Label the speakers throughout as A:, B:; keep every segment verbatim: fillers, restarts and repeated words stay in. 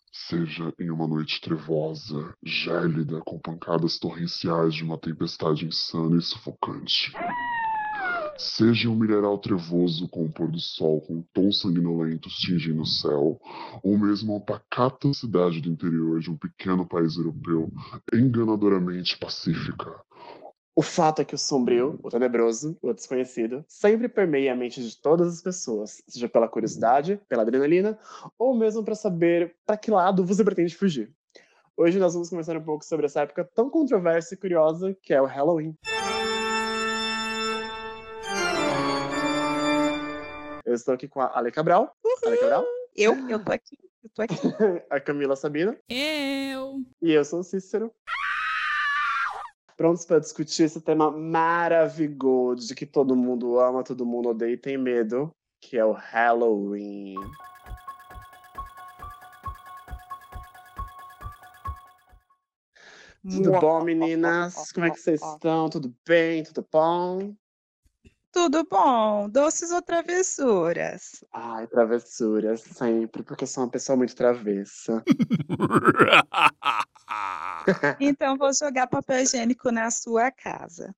A: Seja em uma noite trevosa, gélida, com pancadas torrenciais de uma tempestade insana e sufocante. Seja um mineral trevoso com o pôr do sol, com um tom sanguinolento tingindo o céu, ou mesmo uma pacata cidade do interior de um pequeno país europeu, enganadoramente pacífica. O fato é que o sombrio, o tenebroso, o desconhecido, sempre permeia a mente de todas as pessoas, seja pela curiosidade, pela adrenalina, ou mesmo para saber para que lado você pretende fugir. Hoje nós vamos conversar um pouco sobre essa época tão controversa e curiosa que é o Halloween. Eu estou aqui com a Ale Cabral. Ale Cabral?
B: Eu, eu tô aqui, eu tô aqui.
A: A Camila Sabina.
C: Eu.
A: E eu sou o Cícero. Prontos para discutir esse tema maravilhoso que todo mundo ama, todo mundo odeia e tem medo, que é o Halloween. Tudo bom, meninas? Como é que vocês estão? Tudo bem? Tudo bom?
B: Tudo bom? Doces ou travessuras?
A: Ai, travessuras, sempre, porque eu sou uma pessoa muito travessa.
B: Então vou jogar papel higiênico na sua casa.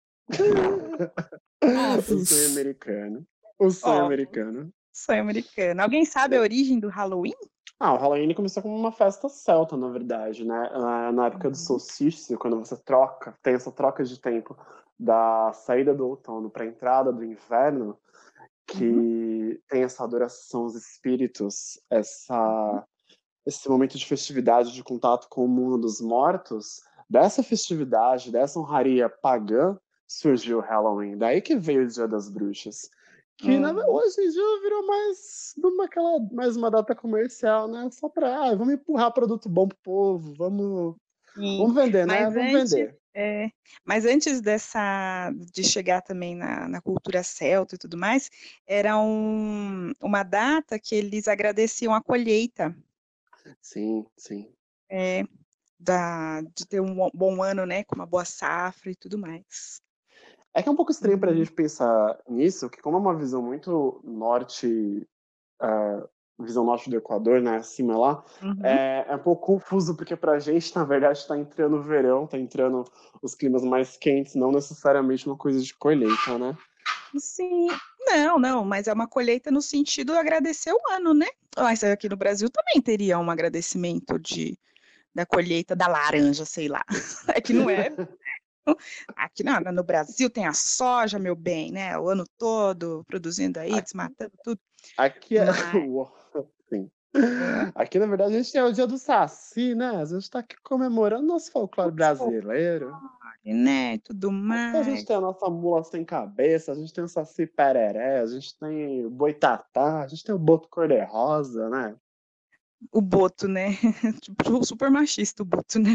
A: O sonho americano. O sonho
B: Ó,
A: americano.
B: sonho americano. Alguém sabe a origem do Halloween?
A: Ah, o Halloween começou como uma festa celta, na verdade, né? Ah, Na época do solstício, quando você troca, tem essa troca de tempo da saída do outono para a entrada do inverno, que
B: Uhum.
A: tem essa adoração aos espíritos, essa, esse momento de festividade, de contato com o mundo dos mortos. Dessa festividade, dessa honraria pagã, surgiu o Halloween. Daí que veio o Dia das Bruxas. Que na, ve-
B: Hum,
A: hoje em dia virou mais uma, aquela, mais uma data comercial, né? Só pra, ah, vamos empurrar produto bom pro povo, vamos,
B: sim.
A: vamos vender, né?
B: Mas
A: Vamos
B: antes,
A: vender.
B: é, mas antes dessa, de chegar também na, na cultura celta e tudo mais, era um, uma data que eles agradeciam a colheita.
A: Sim, sim.
B: É, da, de ter um bom ano, né, com uma boa safra e tudo mais.
A: É que é um pouco estranho pra
B: Uhum.
A: gente pensar nisso, que como é uma visão muito norte, ah, visão norte do Equador, né, acima lá,
B: Uhum.
A: é, é um pouco confuso, porque pra gente, na verdade, está entrando o verão, tá entrando os climas mais quentes, não necessariamente uma coisa de colheita, né?
B: Sim, não, não, mas é uma colheita no sentido de agradecer o ano, né? Mas aqui no Brasil também teria um agradecimento de, da colheita da laranja, sei lá. É que não é. Aqui não, no Brasil tem a soja, meu bem, né? O ano todo produzindo aí,
A: Aqui,
B: desmatando tudo.
A: aqui é.
B: Mas,
A: Sim.
B: é,
A: Aqui, na verdade, a gente tem o dia do Saci, né? A gente tá aqui comemorando nosso folclore brasileiro.
B: né? Tudo
A: Aqui a gente
B: mais.
A: tem a nossa mula sem cabeça, a gente tem o Saci Pereré, a gente tem o Boitatá, a gente tem o Boto Cor-de-Rosa, né?
B: O Boto, né? Tipo, super machista o Boto, né?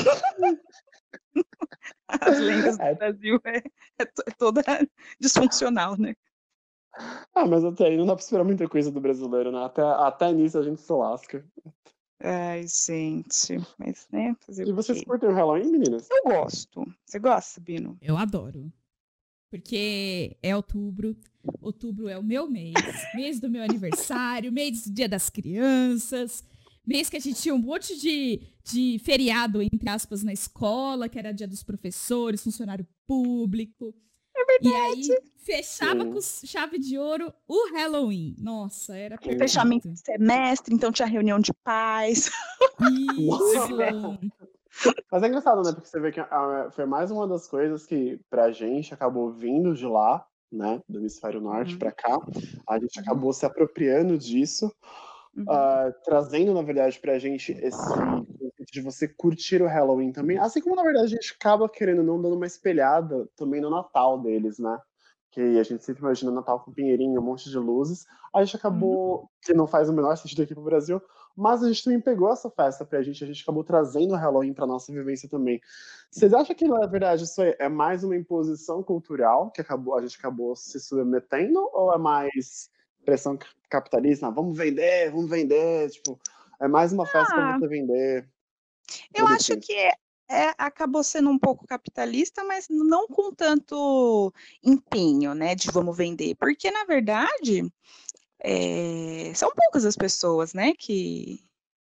B: As lendas do
A: É,
B: Brasil é, é, to- é toda disfuncional, né?
A: ah, mas até aí não dá pra esperar muita coisa do brasileiro, né? Até, até nisso a gente se lasca.
B: Ai, gente, mas né, fazer
A: E
B: o
A: vocês
B: quê?
A: curtem o Halloween, meninas?
B: Eu gosto. Você gosta, Bino?
C: Eu adoro. Porque é outubro. Outubro é o meu mês. Mês do meu aniversário. Mês do Dia das Crianças. Mês que a gente tinha um monte de, de feriado, entre aspas, na escola, que era dia dos professores, funcionário público.
B: É
C: E aí
B: verdade.
C: fechava com
A: Sim.
C: chave de ouro o Halloween. Nossa, era
B: Fechamento
C: perfeito.
B: de semestre, então tinha reunião de pais.
C: Isso!
A: Mas é engraçado, né? Porque você vê que ah, foi mais uma das coisas que pra gente acabou vindo de lá, né? Do hemisfério norte
B: Uhum,
A: pra cá. A gente
B: uhum,
A: acabou se apropriando disso,
B: uhum.
A: ah, trazendo, na verdade, pra gente esse conceito de você curtir o Halloween também. Assim como, na verdade, a gente acaba, querendo ou não, dando uma espelhada também no Natal deles, né? Que a gente sempre imagina Natal com pinheirinho, um monte de luzes. A gente
B: Uhum.
A: acabou, que não faz o menor sentido aqui pro Brasil, mas a gente também pegou essa festa pra gente, a gente acabou trazendo o Halloween pra nossa vivência também. Vocês acham que, na verdade, isso é mais uma imposição cultural que acabou, a gente acabou se submetendo, ou é mais pressão capitalista? Ah, vamos vender, vamos vender, tipo, é mais uma festa pra
B: Ah,
A: você vender
B: eu acho
A: produtos.
B: que é, é- acabou sendo um pouco capitalista, mas não com tanto empenho, né, de vamos vender, porque na verdade é, são poucas as pessoas, né, que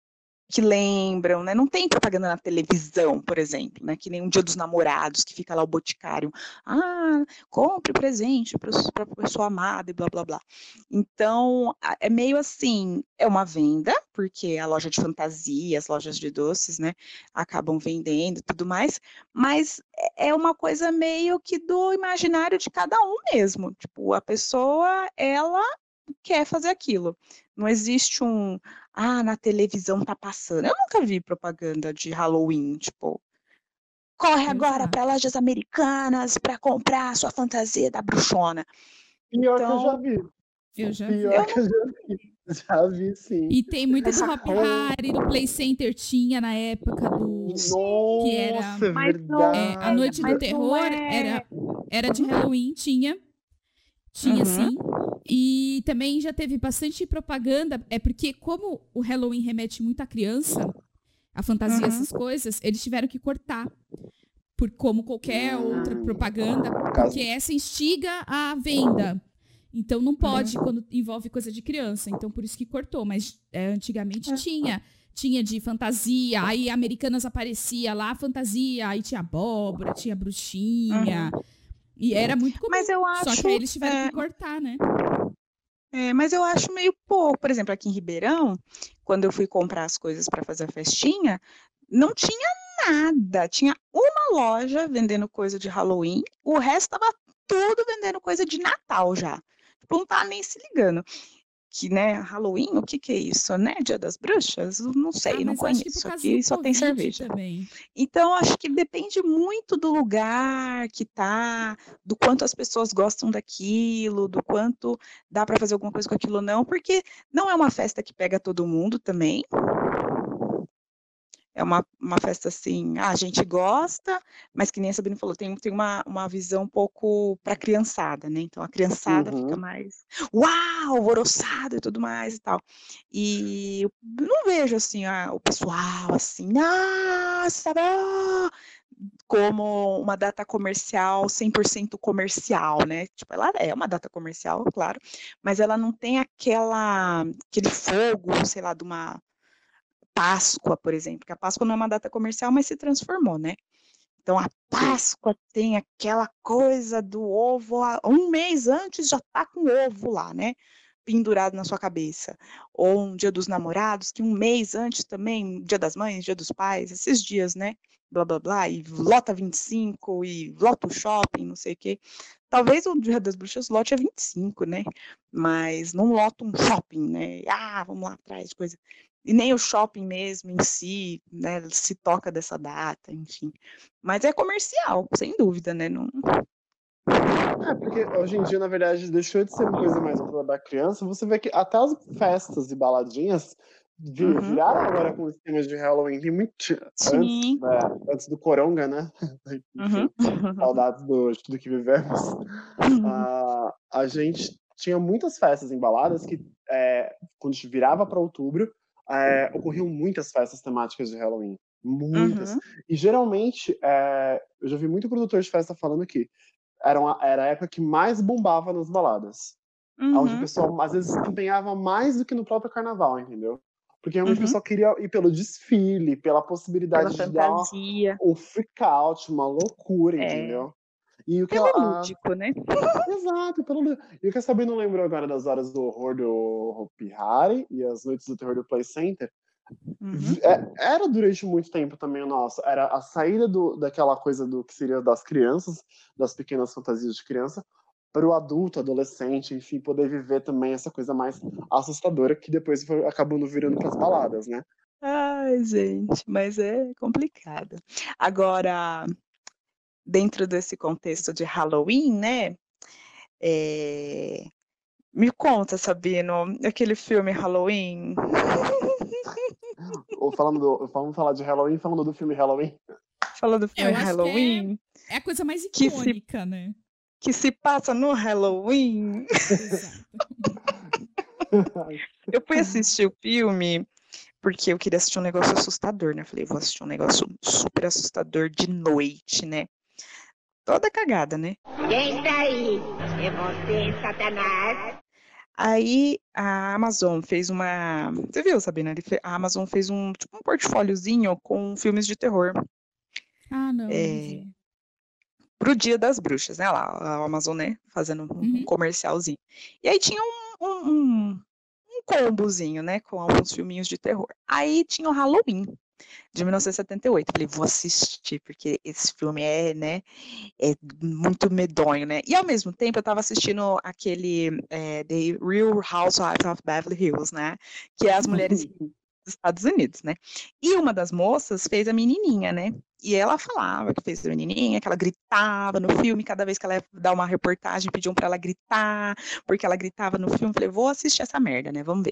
B: que lembram, né? Não tem propaganda na televisão, por exemplo, né? Que nem um Dia dos Namorados, que fica lá o boticário. Ah, compre presente para a pessoa amada e blá, blá, blá. Então, é meio assim, é uma venda, porque a loja de fantasia, as lojas de doces, né? Acabam vendendo e tudo mais, mas é uma coisa meio que do imaginário de cada um mesmo. Tipo, a pessoa, ela quer fazer aquilo. Não existe um, ah, na televisão tá passando. Eu nunca vi propaganda de Halloween, tipo, corre agora para lojas americanas para comprar a sua fantasia da bruxona.
D: Pior
B: então,
D: que eu já vi.
C: Eu já
D: Pior
C: vi.
D: que eu já vi. Já vi, sim.
C: E tem muita do Hop Harry, do Play Center tinha na época do...
D: Nossa,
C: que era,
D: é verdade.
C: É, a Noite do Terror
B: é...
C: era, era de Halloween, tinha. Tinha,
B: Uhum.
C: sim. E também já teve bastante propaganda. É porque como o Halloween remete muito à criança, a fantasia,
B: Uhum.
C: essas coisas, eles tiveram que cortar. Por, como qualquer
D: Hum.
C: outra propaganda.
D: Caso-
C: Porque essa instiga a venda. Então não pode quando envolve coisa de criança. Então por isso que cortou. Mas é, antigamente tinha. Tinha de fantasia. Aí Americanas aparecia lá, fantasia. Aí tinha abóbora, tinha bruxinha. E era muito comum.
B: Mas eu acho,
C: Só que aí eles tiveram
B: é,
C: que cortar, né?
B: É, mas eu acho meio pouco. Por exemplo, aqui em Ribeirão, quando eu fui comprar as coisas para fazer a festinha, não tinha nada. Tinha uma loja vendendo coisa de Halloween, o resto estava tudo vendendo coisa de Natal já. Tipo, não tá nem se ligando. Que, né, Halloween, o que que é isso, né? Dia das Bruxas? Não sei,
C: Ah,
B: não
C: mas acho que por
B: conheço.
C: causa
B: Aqui
C: do
B: só tem
C: Covid
B: cerveja.
C: também.
B: Então, acho que depende muito do lugar que tá, do quanto as pessoas gostam daquilo, do quanto dá para fazer alguma coisa com aquilo ou não, porque não é uma festa que pega todo mundo também. É uma, uma festa assim, ah, a gente gosta, mas que nem a Sabine falou, tem, tem uma, uma visão um pouco para a criançada, né? Então a criançada
D: Uhum.
B: fica mais, uau, alvoroçada e tudo mais e tal. E eu não vejo assim, ah, o pessoal assim, nossa, ah", como uma data comercial, cem por cento comercial, né? Tipo, ela é uma data comercial, claro, mas ela não tem aquela, aquele fogo, sei lá, de uma Páscoa, por exemplo, que a Páscoa não é uma data comercial, mas se transformou, né? Então, a Páscoa tem aquela coisa do ovo, um mês antes já tá com o ovo lá, né? Pendurado na sua cabeça. Ou um Dia dos Namorados, que um mês antes também, Dia das Mães, Dia dos Pais, esses dias, né? Blá, blá, blá, e lota vinte e cinco, e lota o shopping, não sei o quê. Talvez o Dia das Bruxas lote a vinte e cinco, né? Mas não lota um shopping, né? Ah, vamos lá atrás de coisa. E nem o shopping mesmo em si, né, se toca dessa data, enfim. Mas é comercial, sem dúvida, né? Não...
D: É, porque hoje em dia, na verdade, deixou de ser uma coisa mais da criança. Você vê que até as festas e baladinhas vi-
B: Uhum.
D: viraram agora com os temas de Halloween. Tem muito... Antes,
B: Sim.
D: né, antes do Coronga, né? Enfim,
B: Uhum.
D: saudades do, de tudo que vivemos. Ah, a gente tinha muitas festas em baladas que, é, quando a gente virava para outubro, é, ocorriam muitas festas temáticas de Halloween. Muitas.
B: Uhum.
D: E geralmente, é, eu já vi muito produtor de festa falando que era, uma, era a época que mais bombava nas baladas. Onde o
B: Uhum.
D: pessoal, às vezes, se empenhava mais do que no próprio carnaval, entendeu? Porque realmente o
B: Uhum.
D: pessoal queria ir pelo desfile, pela
B: Pela
D: possibilidade de dar uma,
B: fantasia.
D: um freak out, uma loucura,
B: É.
D: entendeu? E o que
B: Pelo
D: ela, a-
B: lúdico, né?
D: Exato, pelo... E o que a Sabrina não lembrou agora das horas do horror do Hopi Hari e as noites do terror do Play Center,
B: Uhum.
D: é- era durante muito tempo também o nosso. Era a saída do, daquela coisa do que seria das crianças, das pequenas fantasias de criança, para o adulto, adolescente, enfim, poder viver também essa coisa mais assustadora que depois foi acabando virando para as baladas, né?
B: Ai, gente, mas é complicado. Agora, dentro desse contexto de Halloween, né? é, Me conta, Sabino, aquele filme Halloween.
D: Ou falando do, vamos falar de Halloween, falando do filme Halloween.
B: Falando do
C: É,
B: filme
C: eu acho que é,
B: Halloween,
C: é a coisa mais
B: Que se-
C: icônica, né?
B: que se passa no Halloween.
C: Exato.
B: Eu fui assistir o filme porque eu queria assistir um negócio assustador, né? Falei, vou assistir um negócio super assustador de noite, né? Toda cagada, né?
E: Quem tá aí? É você, Satanás?
B: Aí a Amazon fez uma. Você viu, Sabina? Ele fe- A Amazon fez um, tipo, um portfóliozinho com filmes de terror
C: Ah, não, não
B: é,
C: vi.
B: pro Dia das Bruxas, né? Lá, a Amazon, né? Fazendo um, um
C: Uhum.
B: comercialzinho. E aí tinha um, um, um- um combozinho, né? Com alguns filminhos de terror. Aí tinha o Halloween, de mil novecentos e setenta e oito. Falei, vou assistir, porque esse filme é, né? É muito medonho, né? E ao mesmo tempo eu tava assistindo aquele é, The Real Housewives of Beverly Hills, né? Que é as mulheres dos Estados Unidos, né? E uma das moças fez a menininha, né? E ela falava que fez a menininha, que ela gritava no filme, cada vez que ela ia dar uma reportagem, pediam pra ela gritar, porque ela gritava no filme. Falei, vou assistir essa merda, né? Vamos ver.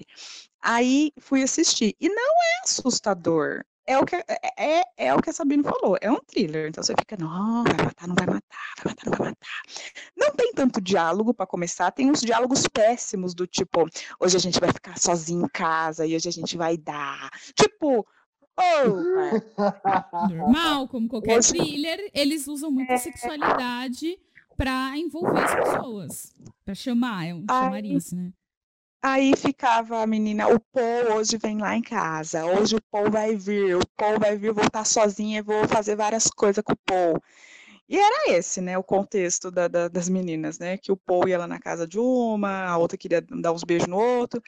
B: Aí fui assistir. E não é assustador. É o que, é, é, é o que a Sabine falou, é um thriller. Então você fica, não, vai matar, não vai matar, vai matar, não vai matar. Não tem tanto diálogo para começar, tem uns diálogos péssimos do tipo, hoje a gente vai ficar sozinho em casa e hoje a gente vai dar. Tipo, oh, pai,
C: Normal, como qualquer
B: hoje
C: thriller, eles usam muita sexualidade pra envolver as pessoas. Pra chamar, é um
B: Ai,
C: chamariz, né?
B: aí ficava a menina, o Paul hoje vem lá em casa, hoje o Paul vai vir, o Paul vai vir, eu vou estar sozinha e vou fazer várias coisas com o Paul. E era esse, né, o contexto da, da, das meninas, né, que o Paul ia lá na casa de uma, a outra queria dar uns beijos no outro,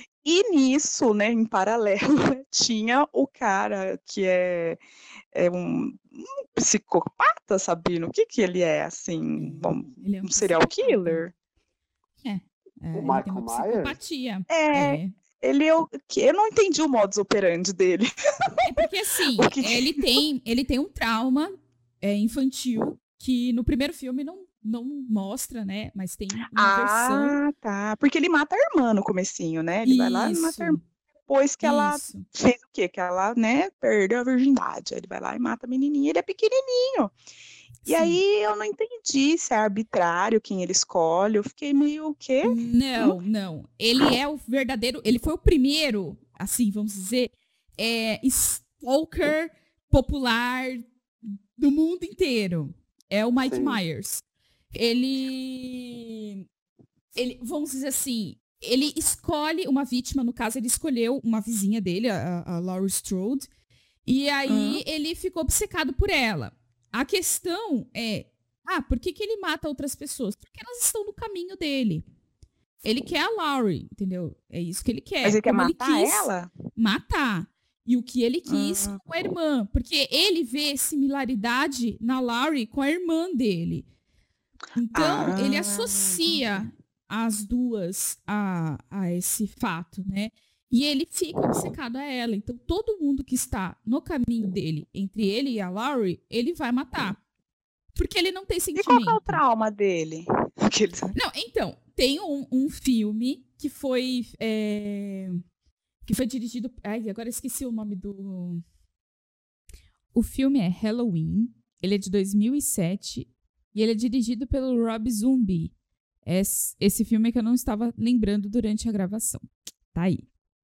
B: e nisso, né, em paralelo, tinha o cara que é, é um, um psicopata, Sabino, o que que ele é, assim, bom,
C: Ele é um
B: um serial
C: psicopata.
B: killer?
C: É, é,
D: O
C: ele tem uma
D: Michael Myers?
C: psicopatia.
B: É,
C: É.
B: ele, eu, que- eu não entendi o modus operandi dele.
C: É porque, assim,
B: O que que-
C: ele tem, ele tem um trauma é, infantil que no primeiro filme não, não mostra, né? Mas tem uma versão.
B: Ah, tá, porque ele mata a irmã no comecinho, né, ele vai lá e mata a irmã.
C: Isso,
B: Depois que ela
C: isso.
B: fez o quê? Que ela, né, perdeu a virgindade. Aí ele vai lá e mata a menininha, ele é pequenininho. E
C: Sim.
B: aí eu não entendi se é arbitrário quem ele escolhe. Eu fiquei meio o quê?
C: Não, não. Ele é o verdadeiro. Ele foi o primeiro, assim, vamos dizer, é, stalker popular do mundo inteiro. É o Mike
D: Sim.
C: Myers. Ele. Ele, vamos dizer assim, ele escolhe uma vítima, no caso, ele escolheu uma vizinha dele, a, a Laurie Strode, e aí
B: Uhum.
C: ele ficou obcecado por ela. A questão é, ah, por que, que ele mata outras pessoas? Porque elas estão no caminho dele. Ele quer a Laurie, entendeu? É isso que ele quer.
B: Mas ele quer
C: Como
B: matar
C: quis
B: ela?
C: matar. E o que ele quis
B: Uhum.
C: com a irmã. Porque ele vê similaridade na Laurie com a irmã dele. Então,
B: Ah.
C: ele associa as duas a, a esse fato, né? E ele fica obcecado a ela. Então, todo mundo que está no caminho dele, entre ele e a Laurie, ele vai matar. Porque ele não tem
B: E
C: sentimento.
B: qual que é o trauma dele? Aqueles...
C: Não, então, tem um, um filme que foi é, que foi dirigido... Ai, agora eu esqueci o nome do... O filme é Halloween. Ele é de dois mil e sete. E ele é dirigido pelo Rob Zombie. Esse, esse filme é que eu não estava lembrando durante a gravação. Tá aí.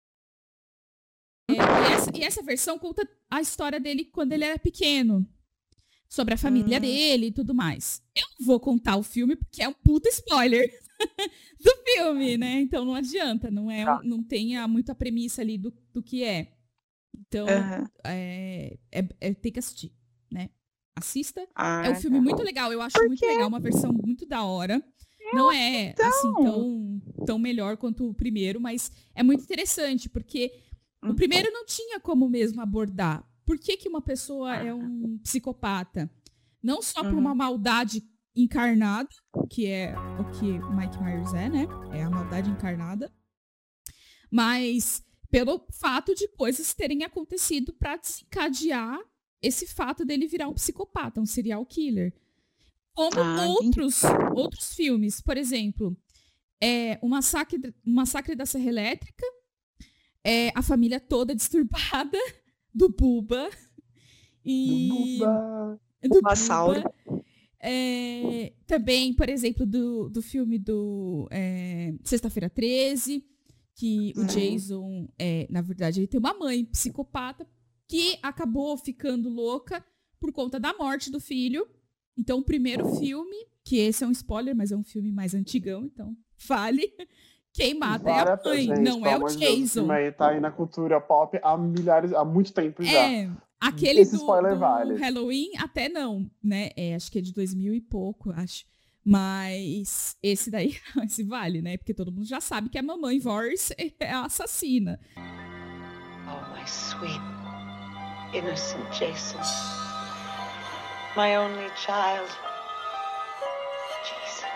C: É, e, essa, e essa versão conta a história dele quando ele era pequeno. Sobre a família
B: Hum.
C: dele e tudo mais. Eu não vou contar o filme porque é um puta spoiler do filme, né? Então não adianta. Não, é um, não tem a, muita premissa ali do, do que é. Então,
B: Uhum.
C: é, é, é, tem que assistir, né? Assista.
B: Ah,
C: É um filme
B: tá.
C: muito legal. Eu acho
B: Por
C: muito
B: quê?
C: legal. Uma versão muito da hora. Não é,
B: então.
C: assim, tão, tão melhor quanto o primeiro, mas é muito interessante, porque o
B: Uhum.
C: primeiro não tinha como mesmo abordar. Por que que uma pessoa é um psicopata? Não só por
B: Uhum.
C: uma maldade encarnada, que é o que o Mike Myers é, né? É a maldade encarnada. Mas pelo fato de coisas terem acontecido para desencadear esse fato dele virar um psicopata, um serial killer. Como
B: Ah,
C: outros, outros filmes. Por exemplo, é, o, massacre, o Massacre da Serra Elétrica, é, a família toda disturbada do Buba. E...
D: Buba.
C: do
B: Bulbasauro.
C: Buba. É, também, por exemplo, do, do filme do é, Sexta-feira treze, que o
B: Uhum.
C: Jason, é, na verdade, ele tem uma mãe psicopata que acabou ficando louca por conta da morte do filho. Então, o primeiro filme, que esse é um spoiler, mas é um filme mais antigão, então vale, quem mata é
D: Para,
C: a mãe,
D: gente,
C: não
D: pelo
C: é o
D: amor de Deus, esse
C: Jason.
D: filme aí tá aí na cultura pop há milhares, há muito tempo já.
C: É, aquele
D: Esse
C: do,
D: spoiler
C: do
D: vale.
C: Halloween até não, né? É, acho que é de dois mil e pouco, acho. Mas esse daí, esse vale, né? Porque todo mundo já sabe que a mamãe Voorhees é a assassina.
E: Oh, my sweet, innocent Jason. My only child. Jason.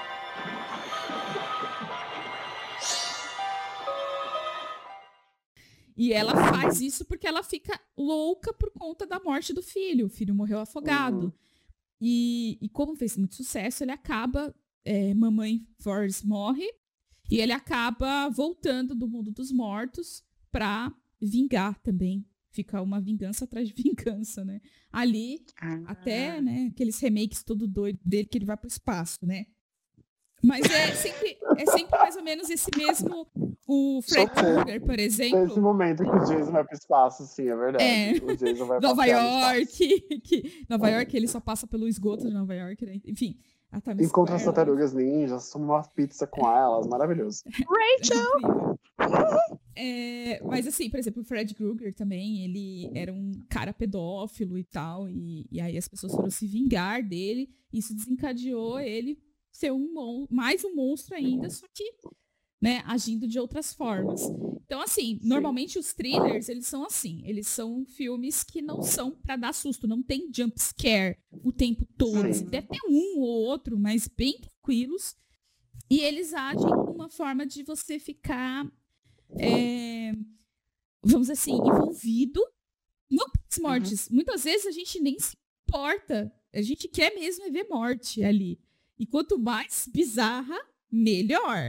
C: E ela faz isso porque ela fica louca por conta da morte do filho. O filho morreu afogado.
D: Uhum.
C: E, e como fez muito sucesso, ele acaba... É, mamãe Voorhees morre. E ele acaba voltando do mundo dos mortos pra vingar também. Fica uma vingança atrás de vingança, né? Ali,
B: Ah.
C: até, né, aqueles remakes todo doido dele que ele vai pro espaço, né? Mas é sempre, é sempre mais ou menos esse mesmo... O Fred
D: Socorro.
C: Krueger, por
D: Tem esse
C: exemplo...
D: momento que o Jason vai pro espaço, sim, é verdade.
C: É.
D: O Jason vai
C: Nova
D: passear no espaço.
C: York. Que, Nova York, ele só passa pelo esgoto de Nova York, né? Enfim. A Times
D: Encontra as
C: Square,
D: tartarugas ninjas, toma uma pizza com elas, maravilhoso.
B: Rachel!
C: É, mas assim, por exemplo, o Fred Krueger também, ele era um cara pedófilo e tal, e, e aí as pessoas foram se vingar dele, e isso desencadeou ele ser um mon- mais um monstro ainda, só que, né, agindo de outras formas. Então, assim,
D: Sim.
C: normalmente os thrillers, eles são assim, eles são filmes que não são pra dar susto, não tem jump scare o tempo todo,
D: Sim.
C: deve ter um ou outro, mas bem tranquilos, e eles agem como uma forma de você ficar, é, vamos dizer assim, envolvido no mortes. Muitas vezes a gente nem se importa, a gente quer mesmo é ver morte ali. E quanto mais bizarra, melhor.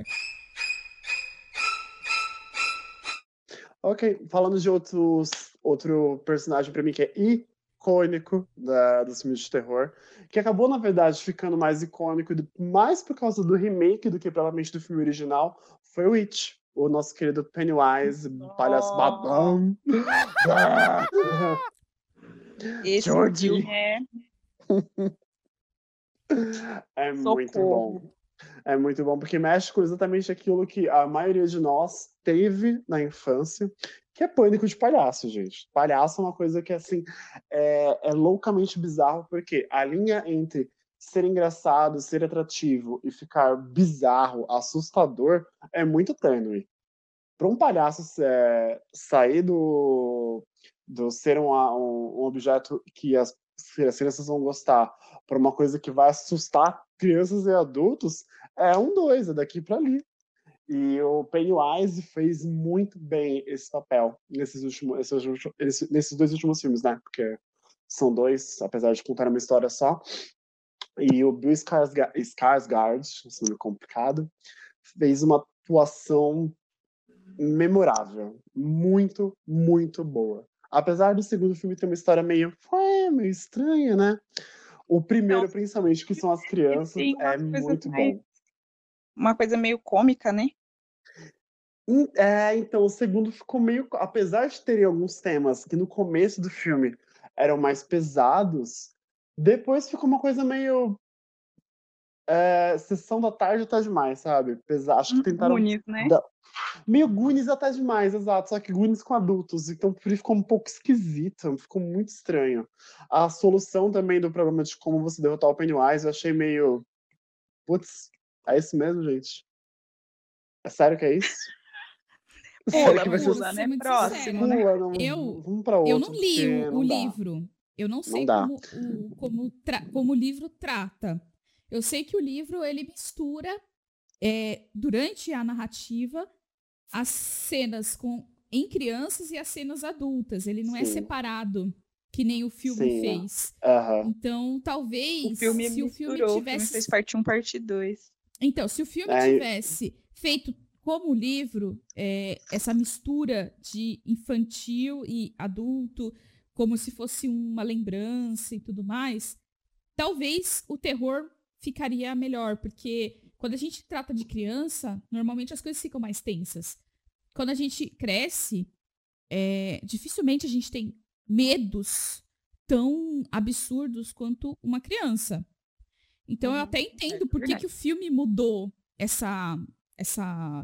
D: Ok, falando de outros, outro personagem pra mim que é icônico da, dos filmes de terror, que acabou, na verdade, ficando mais icônico do- mais por causa do remake do que propriamente do filme original, foi o It, o nosso querido Pennywise, palhaço babão.
B: Esse
D: Georgie.
B: filme é
D: É muito
B: socorro.
D: bom. É muito bom, porque mexe com exatamente aquilo que a maioria de nós teve na infância, que é pânico de palhaço, gente. Palhaço é uma coisa que, assim, é, é loucamente bizarro, porque a linha entre ser engraçado, ser atrativo e ficar bizarro, assustador, é muito tênue. Para um palhaço é, sair do, do ser um, um, um objeto que as, que as crianças vão gostar para uma coisa que vai assustar crianças e adultos, é um dois, é daqui para ali. E o Pennywise fez muito bem esse papel nesses, últimos, esses, nesses dois últimos filmes, né? Porque são dois, apesar de contar uma história só. E o Bill Skarsgård, Skarsgård, esse nome complicado, fez uma atuação memorável, muito, muito boa. Apesar do segundo filme ter uma história meio, é, meio estranha, né? O primeiro,
B: Não,
D: principalmente, que são as crianças,
B: tem uma
D: é
B: coisa
D: muito
B: mais-
D: bom.
B: Uma coisa meio cômica, né?
D: Hum, É, então, o segundo ficou meio. Apesar de terem alguns temas que no começo do filme eram mais pesados, depois ficou uma coisa meio. É, sessão da tarde tá demais, sabe? Pesa- Acho que tentaram.
B: Goonies, né?
D: dar- Meio Goonies até demais, exato. Só que Goonies com adultos. Então, por isso ficou um pouco esquisito. Ficou muito estranho. A solução também do problema de como você derrotar o Pennywise, eu achei meio. Putz, é isso mesmo, gente? É sério que é isso? É sério
B: Pula,
D: que vai ser
B: pula,
C: ser
B: né?
C: muito
B: Próximo,
C: sincero,
B: né?
D: Pula, não,
C: Eu-
D: vamos pra outro,
C: Eu não li
D: porque
C: o, o
D: não dá.
C: livro. Eu não sei
D: dá.
C: como, o, como, tra- como o livro trata. Eu sei que o livro, ele mistura, é, durante a narrativa, as cenas com, em crianças e as cenas adultas. Ele não é
D: Sim.
C: separado, que nem o filme
D: Sim,
C: fez.
D: Aham.
C: Então, talvez,
B: O filme
C: se o
B: misturou,
C: filme
B: o filme
C: tivesse...
B: fez parte um, parte dois.
C: Então, se o filme
D: É, e-
C: tivesse feito como o livro, é, essa mistura de infantil e adulto, como se fosse uma lembrança e tudo mais, talvez o terror ficaria melhor, porque quando a gente trata de criança, normalmente as coisas ficam mais tensas. Quando a gente cresce, é, dificilmente a gente tem medos tão absurdos quanto uma criança. Então eu
B: Uhum,
C: até entendo
B: é
C: por que,
B: verdade.
C: que o filme mudou essa, essa,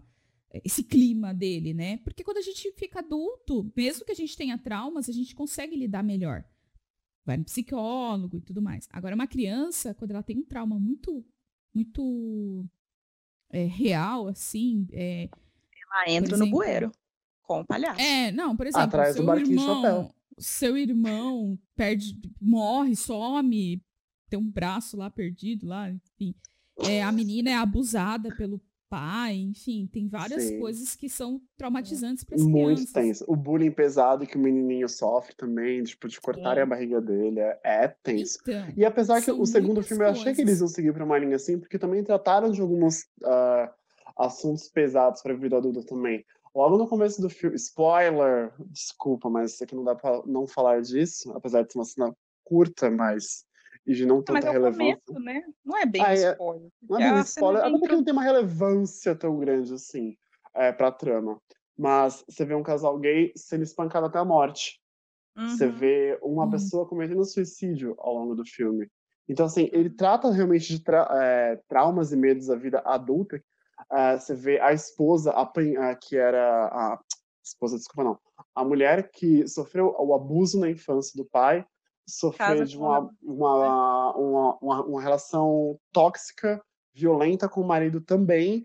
C: esse clima dele, né? Porque quando a gente fica adulto, mesmo que a gente tenha traumas, a gente consegue lidar melhor. Vai no psicólogo e tudo mais. Agora, uma criança, quando ela tem um trauma muito, muito é, real, assim, é,
B: Ela
C: por
B: entra no
C: exemplo,
B: bueiro com o palhaço.
C: é, não, por exemplo,
D: Atrás do
C: seu
D: barquinho de
C: irmão,
D: papel.
C: seu irmão perde, morre, some, tem um braço lá perdido lá, enfim. É, a menina é abusada pelo pai, enfim, tem várias
D: Sim.
C: coisas que são traumatizantes para as
D: Muito
C: crianças.
D: tenso. O bullying pesado que o menininho sofre também, tipo, de cortarem a
B: Sim.
D: barriga dele, é, é tenso.
C: Então,
D: E apesar que
C: são
D: o segundo
C: muitas
D: filme eu achei que eles
C: coisas.
D: iam seguir pra uma linha assim, porque também trataram de alguns ah, assuntos pesados pra vida adulta também. Logo no começo do filme, spoiler, desculpa, mas isso aqui não dá pra não falar disso, apesar de ser uma cena curta, mas e de não
B: É, mas
D: tanta
B: é o
D: relevância.
B: começo, né? Não é bem
D: Ah, é,
B: spoiler.
D: não
B: Porque
D: é bem
B: a cena
D: spoiler,
B: de
D: até porque
B: intro...
D: não tem uma relevância tão grande assim é, pra trama. Mas você vê um casal gay sendo espancado até a morte. Você
B: Uhum.
D: vê uma
C: Hum.
D: pessoa cometendo suicídio ao longo do filme. Então, assim, ele trata realmente de tra é, traumas e medos da vida adulta. Ah, você vê a esposa, apan- ah, que era a esposa, desculpa, não. A mulher que sofreu o abuso na infância do pai, sofrer
B: Casa
D: de
B: com ela,
D: uma, uma, uma, uma, uma relação tóxica, violenta com o marido também.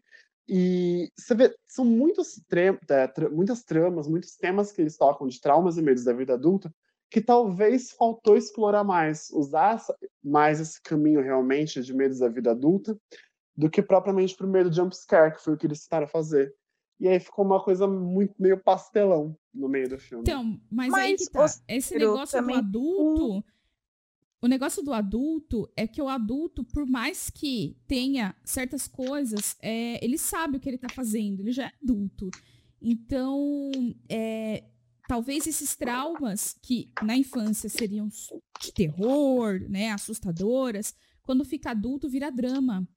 D: E você vê, são muitos tre- é, tra- muitas tramas, muitos temas que eles tocam de traumas e medos da vida adulta que talvez faltou explorar mais, usar essa- mais esse caminho realmente de medos da vida adulta do que propriamente pro medo jumpscare, que foi o que eles tentaram fazer. E aí ficou uma coisa muito meio pastelão no meio do filme.
C: Então, mas aí que
B: Mas,
C: tá. Esse
B: Ciro,
C: negócio do
B: também um
C: adulto, o negócio do adulto é que o adulto, por mais que tenha certas coisas, é, ele sabe o que ele tá fazendo, ele já é adulto. Então, é, talvez esses traumas que na infância seriam de terror, né, assustadoras, quando fica adulto vira drama.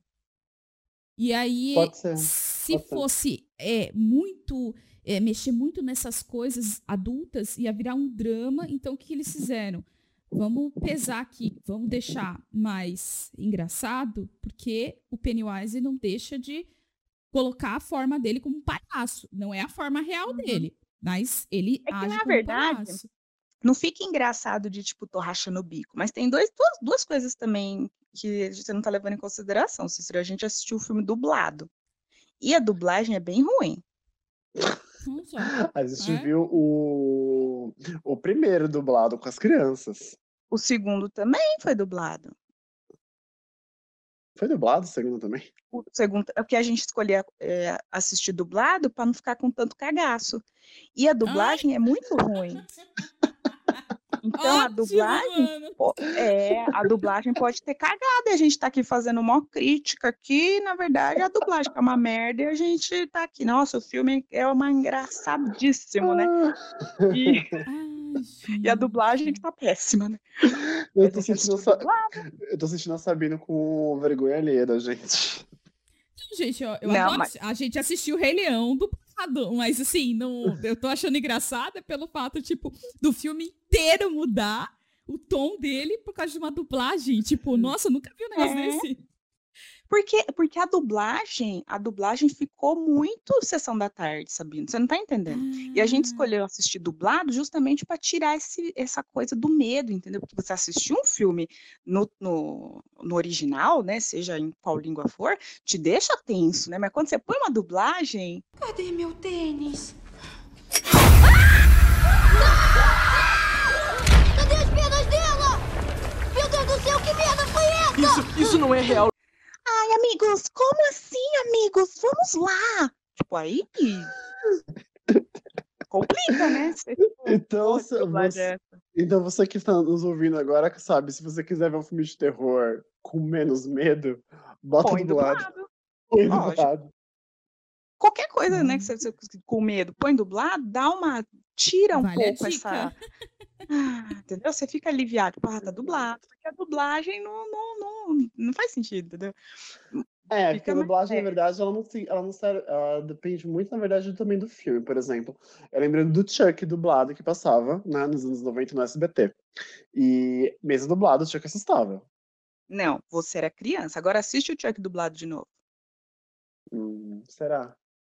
C: E aí,
D: Pode ser,
C: se
D: pode ser.
C: fosse é, muito, é, mexer muito nessas coisas adultas, ia virar um drama. Então, o que eles fizeram? Vamos pesar aqui, vamos deixar mais engraçado, porque o Pennywise não deixa de colocar a forma dele como um palhaço. Não é a forma real
B: Uhum.
C: dele, mas ele
B: É que,
C: age
B: na
C: como um
B: verdade,
C: palhaço.
B: não fica engraçado de, tipo, tô rachando o bico. Mas tem dois, duas, duas coisas também que você não tá levando em consideração, Cícero. A gente assistiu o filme dublado. E a dublagem é bem ruim.
C: Não só.
D: A gente
C: É?
D: viu o, o primeiro dublado com as crianças.
B: O segundo também foi dublado.
D: Foi dublado o segundo também?
B: O segundo é porque a gente escolheu é, assistir dublado para não ficar com tanto cagaço. E a
C: Ai,
B: dublagem é muito ruim. Então a
C: ótimo,
B: dublagem,
C: mano.
B: po- é, a dublagem pode ter cagado e a gente tá aqui fazendo uma crítica que, na verdade, a dublagem que é uma merda e a gente tá aqui. Nossa, o filme é uma engraçadíssimo, né? E,
C: Ai,
B: e a dublagem que
C: gente.
B: tá péssima, né?
D: Eu
B: Mas
D: tô
B: é que
D: sentindo,
B: assistiu
D: essa,
B: dublado.
D: eu tô sentindo a Sabine com vergonha alheia da gente.
C: Gente, eu, eu
B: Não,
C: adoro.
B: mas-
C: A gente assistiu o Rei Leão dublado, mas assim, não, eu tô achando engraçada pelo fato, tipo, do filme inteiro mudar o tom dele por causa de uma dublagem. Tipo, nossa, eu nunca vi um negócio
B: É.
C: desse.
B: Porque, porque a dublagem, a dublagem ficou muito sessão da tarde, Sabino. Você não tá entendendo? E a gente
C: Ah,
B: escolheu assistir dublado justamente para tirar esse, essa coisa do medo, entendeu? Porque você assistir um filme no, no, no original, né? Seja em qual língua for, te deixa tenso, né? Mas quando você põe uma dublagem,
F: Cadê meu tênis? Cadê as pernas dela? Meu Deus do céu, que merda foi essa?
G: Isso, isso não é real.
B: ai, amigos, como assim, amigos? Vamos lá! Tipo, aí complica, né? Você, tipo,
D: Então,
B: pô, que
D: se-
B: dublagem é
D: você,
B: essa?
D: então você que está nos ouvindo agora, que sabe, se você quiser ver um filme de terror com menos medo, bota
B: Põe
D: dublado.
B: dublado.
D: Põe
B: Lógico.
D: dublado.
B: Qualquer coisa, né,
C: Hum.
B: que você, você com medo, põe dublado, dá uma. Tira um
C: Vale a
B: pouco
C: dica.
B: essa. Ah, entendeu? Você fica aliviado. Tipo, ah, tá dublado. Porque a dublagem não, não, não, não faz sentido, entendeu?
D: É, porque
B: Fica
D: a
B: mais
D: dublagem, na
B: sério.
D: verdade, ela não, se, ela não serve, ela depende muito, na verdade, também do filme, por exemplo. Eu lembro do Chuck dublado que passava, né, nos anos noventa no S B T. E mesmo dublado, o Chuck assustava.
B: Não, você era criança. Agora assiste o Chuck dublado de novo.
D: Hum, será?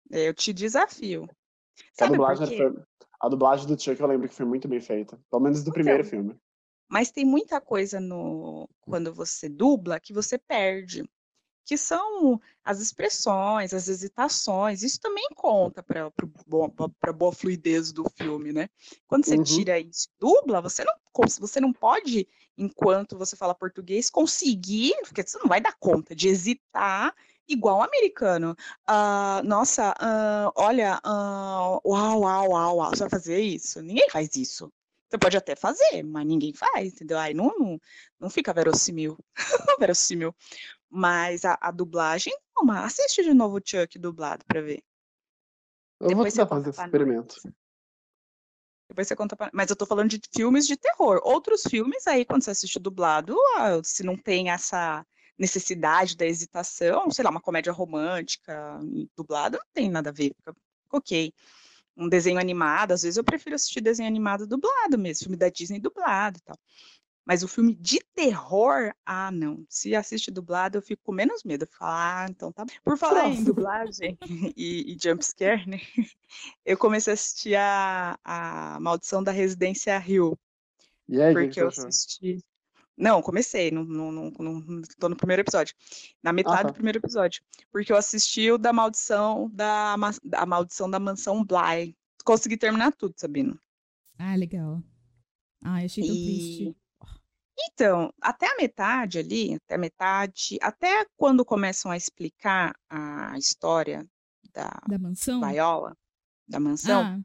B: Eu te desafio.
D: A
B: Sabe por
D: dublagem,
B: quê?
D: foi- a dublagem do Chuck eu lembro que foi muito bem feita. Pelo menos do primeiro
B: Então,
D: filme.
B: mas tem muita coisa no quando você dubla que você perde, que são as expressões, as hesitações. Isso também conta para para boa fluidez do filme, né? Quando você
D: Uhum.
B: tira isso, e dubla, você não cons- você não pode, enquanto você fala português, conseguir, porque você não vai dar conta de hesitar igual um americano. Ah, nossa, ah, olha, ah, uau, uau, uau, uau, você vai fazer isso? Ninguém faz isso. Você pode até fazer, mas ninguém faz, entendeu? Aí não, não, não fica verossímil. Verossímil. Mas a, a dublagem, não, mas assiste de novo o Chuck dublado pra ver.
D: Eu vou
B: Depois você
D: tentar fazer
B: conta
D: esse
B: pra nós.
D: experimento.
B: Depois você conta pra... Mas eu tô falando de filmes de terror. Outros filmes aí, quando você assiste dublado, ah, se não tem essa necessidade da hesitação, sei lá, uma comédia romântica dublada, não tem nada a ver. Fica ok. Um desenho animado, às vezes eu prefiro assistir desenho animado dublado mesmo, filme da Disney dublado e tal. Mas o filme de terror, ah, não. Se assiste dublado, eu fico com menos medo. Eu fico, ah, então tá bom. Por falar em
D: Nossa.
B: dublagem e, e jumpscare, né? Eu comecei a assistir a, a Maldição da Residência Hill,
D: E aí, o que, que
B: porque
D: você
B: eu
D: achou?
B: assisti. Não, comecei, não, não, não, não, tô no primeiro episódio. Na
D: Ah,
B: metade do
D: tá.
B: primeiro episódio. Porque eu assisti o da Maldição da, Ma- a Maldição da Mansão Bly. Consegui terminar tudo, Sabina.
C: Ah, legal. Ah, eu achei tão
B: E
C: triste.
B: Então, até a metade ali, até a metade, até quando começam a explicar a história da
C: Da mansão?
B: Viola, da mansão,
C: Ah,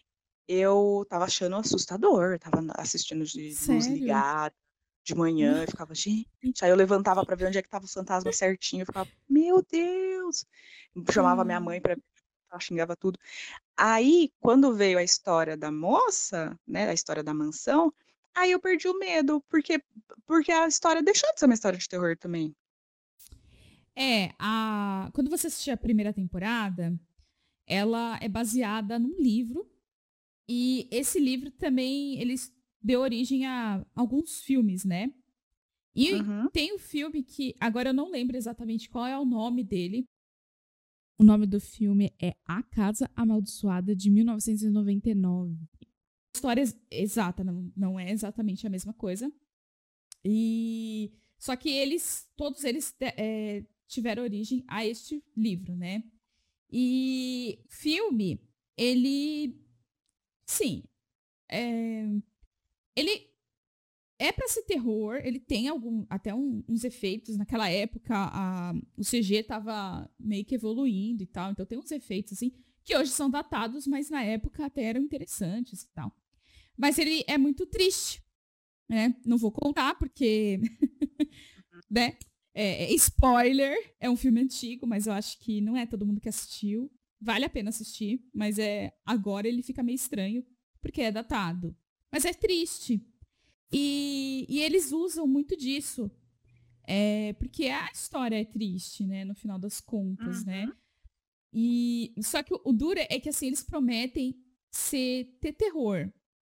B: eu tava achando assustador, eu tava assistindo de luz
C: sério?
B: ligada, de manhã, eu ficava, gente, aí eu levantava pra ver onde é que tava o fantasma certinho, eu ficava, meu Deus! Eu chamava minha mãe pra ela xingava tudo. Aí, quando veio a história da moça, né, a história da mansão, aí eu perdi o medo, porque, porque a história deixou de ser uma história de terror também.
C: É, a... quando você assistir a primeira temporada, ela é baseada num livro. E esse livro também, ele deu origem a alguns filmes, né? E
B: Uhum.
C: tem o filme que, agora eu não lembro exatamente qual é o nome dele. O nome do filme é A Casa Amaldiçoada, de mil novecentos e noventa e nove. A história ex- exata, não, não é exatamente a mesma coisa. E só que eles, todos eles te- é, tiveram origem a este livro, né? E filme, ele, sim, é, ele é pra ser terror, ele tem algum, até um- uns efeitos. Naquela época, a- o C G tava meio que evoluindo e tal, então tem uns efeitos assim, que hoje são datados, mas na época até eram interessantes e tal. Mas ele é muito triste, né? Não vou contar, porque, né? É, é spoiler, é um filme antigo, mas eu acho que não é todo mundo que assistiu. Vale a pena assistir, mas é agora ele fica meio estranho, porque é datado. Mas é triste. E, e eles usam muito disso. É, porque a história é triste, né? No final das contas, né? E, só que o, o duro é que, assim, eles prometem ser, ter terror.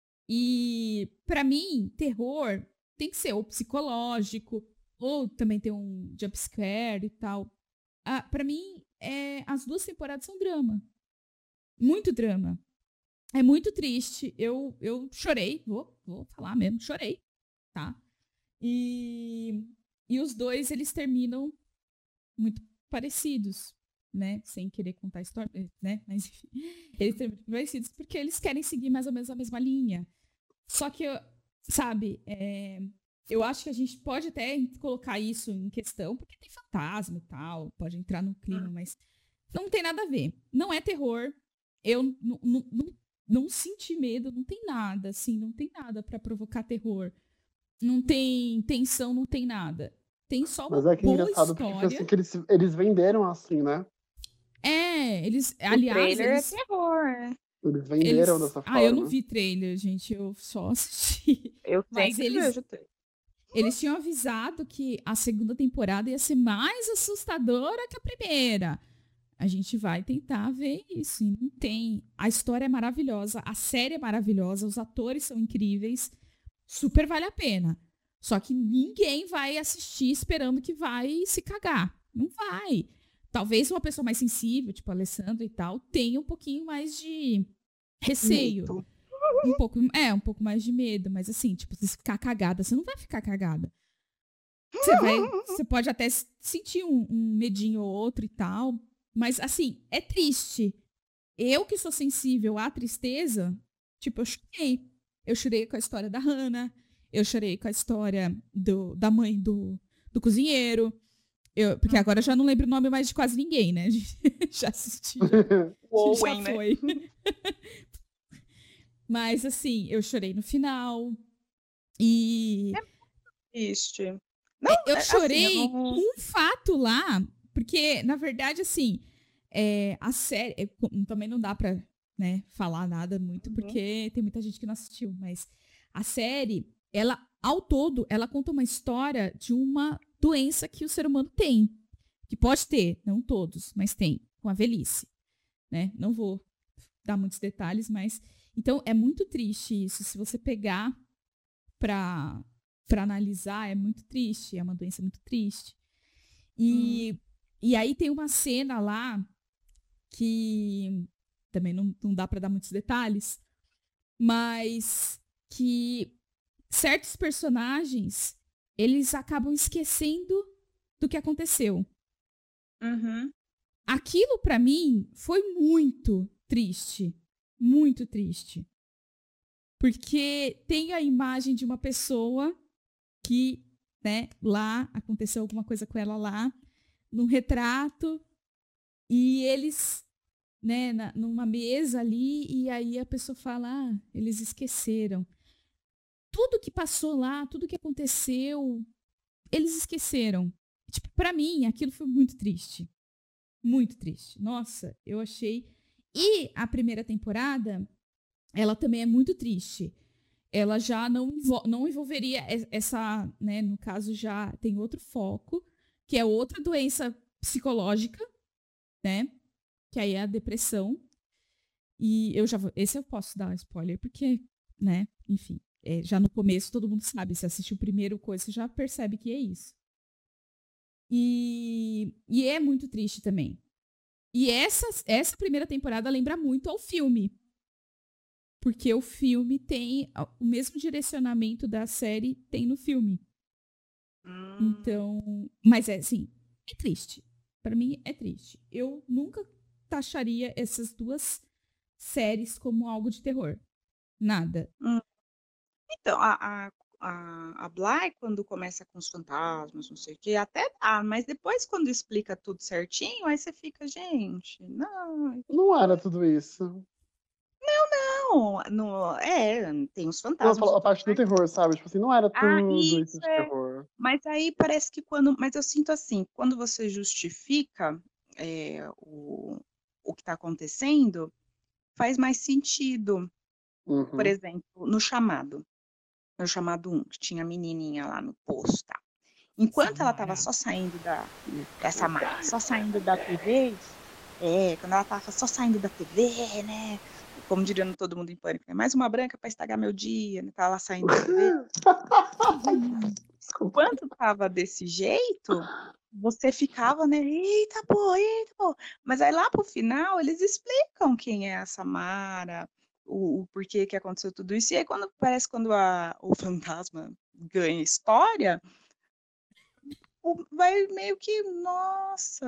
C: E, pra mim, terror tem que ser ou psicológico, ou também tem um jumpscare e tal. Ah, pra mim, é, as duas temporadas são drama. Muito drama. É muito triste. Eu, eu chorei, vou, vou falar mesmo, chorei, tá? E, e os dois, eles terminam muito parecidos, né? Sem querer contar a história, né? Mas enfim, eles terminam muito parecidos porque eles querem seguir mais ou menos a mesma linha. Só que, sabe, é, eu acho que a gente pode até colocar isso em questão, porque tem fantasma e tal, pode entrar no clima, mas não tem nada a ver. Não é terror. Eu não, não, não, não senti medo, não tem nada, assim, não tem nada pra provocar terror. Não tem tensão, não tem nada. Tem só uma
D: Mas é que
C: boa
D: engraçado, porque foi
C: história.
D: assim que eles, eles venderam assim, né?
C: É, eles,
B: O
C: aliás,
B: trailer
C: eles,
B: é terror, né?
D: Eles venderam
C: eles...
D: dessa
C: Ah, eu não
D: forma.
C: vi trailer, gente, eu só assisti.
B: Eu
C: Mas
B: sempre
C: eles,
B: vejo trailer.
C: eles tinham avisado que a segunda temporada ia ser mais assustadora que a primeira. A gente vai tentar ver isso. E não tem. A história é maravilhosa, a série é maravilhosa, os atores são incríveis. Super vale a pena. Só que ninguém vai assistir esperando que vai se cagar. Não vai. Talvez uma pessoa mais sensível, tipo a Alessandra e tal, tenha um pouquinho mais de receio.
B: Medo.
C: Um pouco, é, um pouco mais de medo. Mas assim, tipo, se ficar cagada, você não vai ficar cagada. Você vai, você pode até s- sentir um, um medinho ou outro e tal. Mas assim, é triste. Eu que sou sensível à tristeza, tipo, eu chorei. Eu chorei com a história da Hannah. Eu chorei com a história do, da mãe do, do cozinheiro. Eu, porque agora eu já não lembro o nome mais de quase ninguém, né? A gente já assistiu,
B: O
C: já
B: Owen, né?
C: foi. Mas assim, eu chorei no final. E
B: Triste. Não,
C: eu
B: é, assim, eu
C: chorei
B: não.
C: com um fato lá, porque, na verdade, assim, é, a série. é, co- também não dá pra, né, falar nada muito,
B: Uhum.
C: porque tem muita gente que não assistiu, mas a série, ela, ao todo, ela conta uma história de uma doença que o ser humano tem. Que pode ter, não todos, mas tem, com a velhice, né? Não vou dar muitos detalhes, mas. Então, é muito triste isso. Se você pegar pra, pra analisar, é muito triste. É uma doença muito triste.
B: Uhum.
C: E, e aí tem uma cena lá que também não, não dá pra dar muitos detalhes, mas que certos personagens eles acabam esquecendo do que aconteceu.
B: Uhum.
C: Aquilo pra mim foi muito triste, muito triste, porque tem a imagem de uma pessoa que, né, lá aconteceu alguma coisa com ela lá, num retrato, e eles, né, na- numa mesa ali, e aí a pessoa fala, ah, eles esqueceram. Tudo que passou lá, tudo que aconteceu, eles esqueceram. Tipo, pra mim, aquilo foi muito triste. Muito triste. Nossa, eu achei. E a primeira temporada, ela também é muito triste. Ela já não, envol- não envolveria e- essa, né, no caso já tem outro foco, que é outra doença psicológica, né? Que aí é a depressão. E eu já vou, esse eu posso dar spoiler porque, né, enfim, é, já no começo todo mundo sabe, se assistiu o primeiro coisa, você já percebe que é isso. E, e é muito triste também. E essa, essa primeira temporada lembra muito ao filme. Porque o filme tem a- o mesmo direcionamento da série tem no filme.
B: Hum.
C: Então, mas é assim, é triste. Pra mim é triste. Eu nunca taxaria essas duas séries como algo de terror. Nada.
B: Então, a, a, a, a Bly, quando começa com os fantasmas, não sei o quê, até dá, mas depois, quando explica tudo certinho, aí você fica, gente, não,
D: Não era tudo isso.
B: não, não é, tem os
D: Não, eu
B: fantasmas
D: falo
B: e
D: a
B: tudo
D: parte do
B: mais.
D: terror, sabe? Tipo assim, não era
B: Ah,
D: tudo isso
B: isso
D: de
B: é.
D: terror.
B: Mas aí parece que quando. Mas eu sinto assim, quando você justifica é, o, o que está acontecendo, faz mais sentido. Por
D: Uhum.
B: exemplo, no chamado. No chamado um, que tinha a menininha lá no posto, tá? Enquanto ela estava
C: Samara.
B: só saindo da. Essa Mara, só saindo da T V. É, quando ela estava só saindo da T V, né? Como diria no Todo Mundo em Pânico, né? Mais uma branca para estragar meu dia, né? Tava lá saindo da T V.
D: Desculpa.
B: Enquanto tava desse jeito, você ficava, né? Eita, pô, eita, pô. Mas aí lá pro final, eles explicam quem é a Samara, o, o porquê que aconteceu tudo isso. E aí, quando parece quando a, o fantasma ganha história, o- vai meio que, nossa,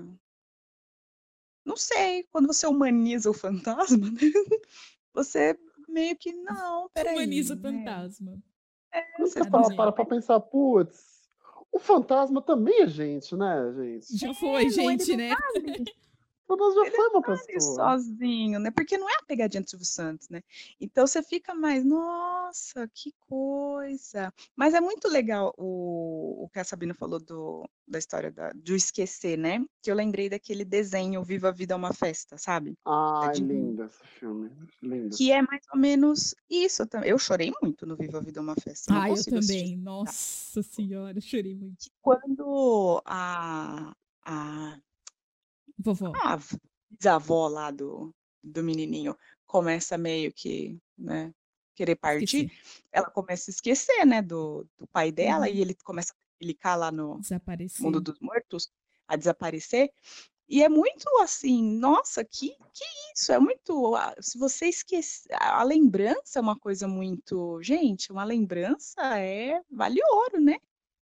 B: não sei, quando você humaniza o fantasma, né? Você meio que, não, peraí,
C: Humaniza o
B: né?
C: fantasma.
B: É,
D: Quando
B: você
D: você para,
C: Traduzir.
D: para pra pensar, putz, o fantasma também é gente, né, gente?
C: Já foi,
B: não, ele
C: gente,
B: não
C: né?
B: tá ali.
D: O fantasma já
B: Ele
D: foi uma
B: tá ali
D: pessoa.
B: sozinho, né? Porque não é a pegadinha do Silvio Santos, né? Então você fica mais, nossa, que coisa. Mas é muito legal o, o que a Sabina falou do, da história da, do esquecer, né? Que eu lembrei daquele desenho Viva a Vida é uma Festa, sabe? Da
D: Ai,
B: Disney.
D: lindo esse filme. Lindo.
B: Que é mais ou menos isso também. Eu chorei muito no Viva a Vida é uma Festa. Não
C: Ah, eu
B: consigo assistir.
C: também. Nossa senhora, chorei muito.
B: Quando a, a
C: Vovó.
B: a bisavó lá do, do menininho começa meio que, né, querer partir,
C: Esqueci.
B: ela começa a esquecer, né, do, do pai dela,
C: Uhum.
B: e ele começa a clicar lá no Mundo
C: Desaparecer.
B: dos Mortos, a desaparecer, E é muito assim, nossa, que que isso? É muito a se você esquece a a lembrança é uma coisa muito gente, uma lembrança é vale ouro, né.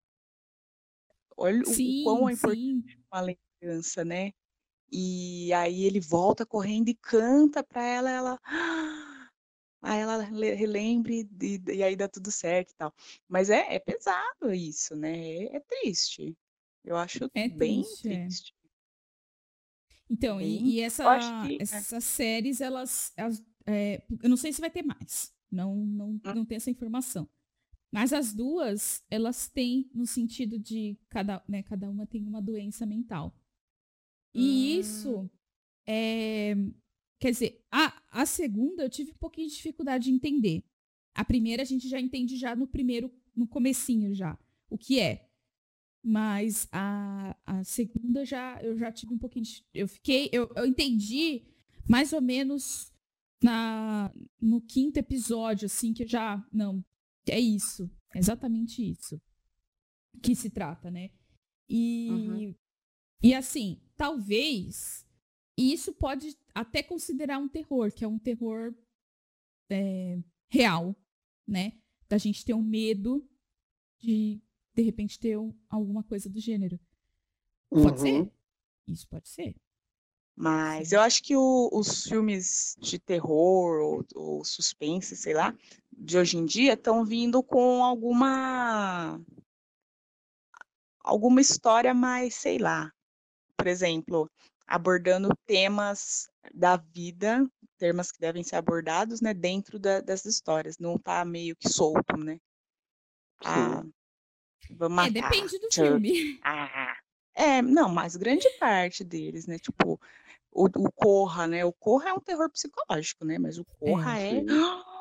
B: Olha o o quão
C: Sim,
B: é importante
C: sim.
B: uma lembrança, né. E aí ele volta correndo e canta pra ela, ela aí ela le relembre e e aí dá tudo certo e tal. Mas é é pesado isso, né, é é triste. Eu acho
C: É
B: bem
C: triste, é.
B: triste.
C: Então, e
B: Bem
C: e
B: eu acho
C: essa
B: que é.
C: essas séries elas elas, eh, eu não sei se vai ter mais, não não
B: Hum.
C: não tenho essa informação. Mas as duas, elas têm no sentido de cada, né, cada uma tem uma doença mental. E
B: Hum.
C: isso, eh, quer dizer, a a segunda eu tive um pouquinho de dificuldade de entender. A primeira a gente já entende já no primeiro no comecinho já, o que é. Mas a a segunda já eu já tive um pouquinho de eu fiquei eu eu entendi mais ou menos na no quinto episódio, assim, que eu já não, é isso, é exatamente isso que se trata, né.
B: Uhum.
C: E e assim, talvez isso pode até considerar um terror, que é um terror, eh, real, né, da gente ter um medo de, de repente, ter um alguma coisa do gênero. Pode
D: Uhum.
C: ser, isso pode ser,
B: Mas
C: sim.
B: eu acho que o os filmes de terror ou ou suspense, sei lá, de hoje em dia estão vindo com alguma alguma história mais, sei lá, por exemplo, abordando temas da vida, temas que devem ser abordados, né, dentro da das histórias, não tá meio que solto, né.
D: Sim.
B: Ah, vamos
C: É,
B: matar,
C: depende do
B: Chuck.
C: filme.
B: Ah. É, não, mas grande parte deles, né, tipo, o o Corra, né, o Corra é um terror psicológico, né, mas o
C: É.
B: Corra é
D: Sim.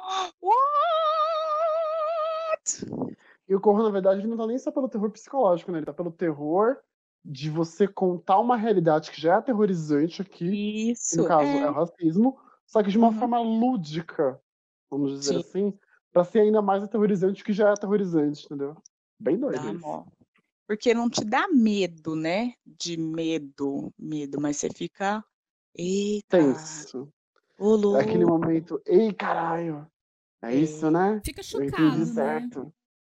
B: What?
D: E o Corra, na verdade, ele não tá nem só pelo terror psicológico, né, ele tá pelo terror de você contar uma realidade que já é aterrorizante aqui, que no
B: Isso,
D: caso é o
B: é.
D: racismo, só que de uma
B: Uhum.
D: forma lúdica, vamos dizer
B: Sim,
D: assim, pra ser ainda mais aterrorizante que já é aterrorizante, entendeu? Bem doido
B: dá
D: isso.
B: mó porque não te dá medo, né, de medo, medo, mas você fica: "Eita,
D: Tenso.
B: ô
D: É aquele
B: louco".
D: momento: "Ei, caralho, é isso,
B: É.
D: né?
C: Fica
D: Eu entendi
C: chocado, né.
D: certo.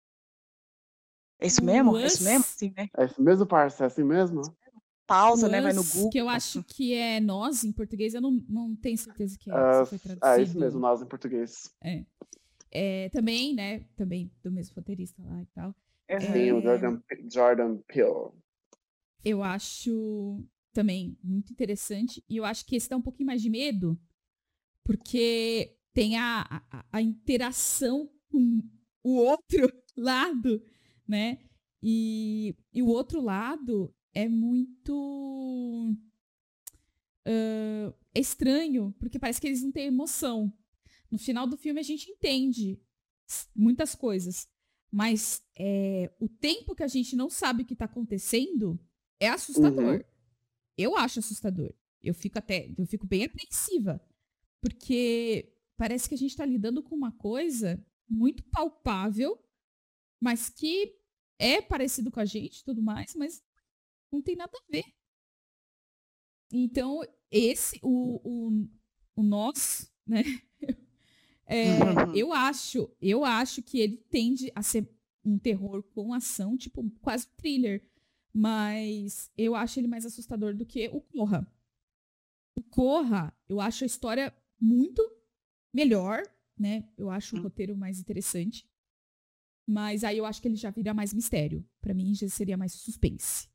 B: É isso
C: O
B: mesmo? É isso mesmo?
C: Us,
B: Assim, né.
D: É isso mesmo, parça? É assim mesmo?"
B: Pausa,
C: o
B: né, vai no
C: Us,
B: Google.
C: que eu acho que é nós em português, eu não não tenho certeza que é
D: Hã,
C: se foi
D: s é isso mesmo,
C: traduzido
D: nós em português.
C: é. Eh, também, né, também do mesmo roteirista lá e tal.
B: Aham.
D: Sim, o
C: Eh,
D: Jordan P Jordan Peele.
C: eu acho também muito interessante, e eu acho que esse dá um pouquinho mais de medo, porque tem a a a interação com o outro lado, né, e e o outro lado é muito, hã, estranho, porque parece que eles não têm emoção. No final do filme a gente entende s muitas coisas, mas, eh, o tempo que a gente não sabe o que tá acontecendo é
D: Uhum.
C: assustador. Eu acho assustador. Eu fico até eu fico bem apreensiva, porque parece que a gente tá lidando com uma coisa muito palpável, mas que é parecido com a gente e tudo mais, mas não tem nada a ver. Então esse o o o Nós, né, eh, eu acho eu acho que ele tende a ser um terror com ação, tipo, quase thriller, mas eu acho ele mais assustador do que o Corra. O Corra, eu acho a história muito melhor, né, eu acho o roteiro mais interessante, mas aí eu acho que ele já vira mais mistério. Pra mim já seria mais suspense.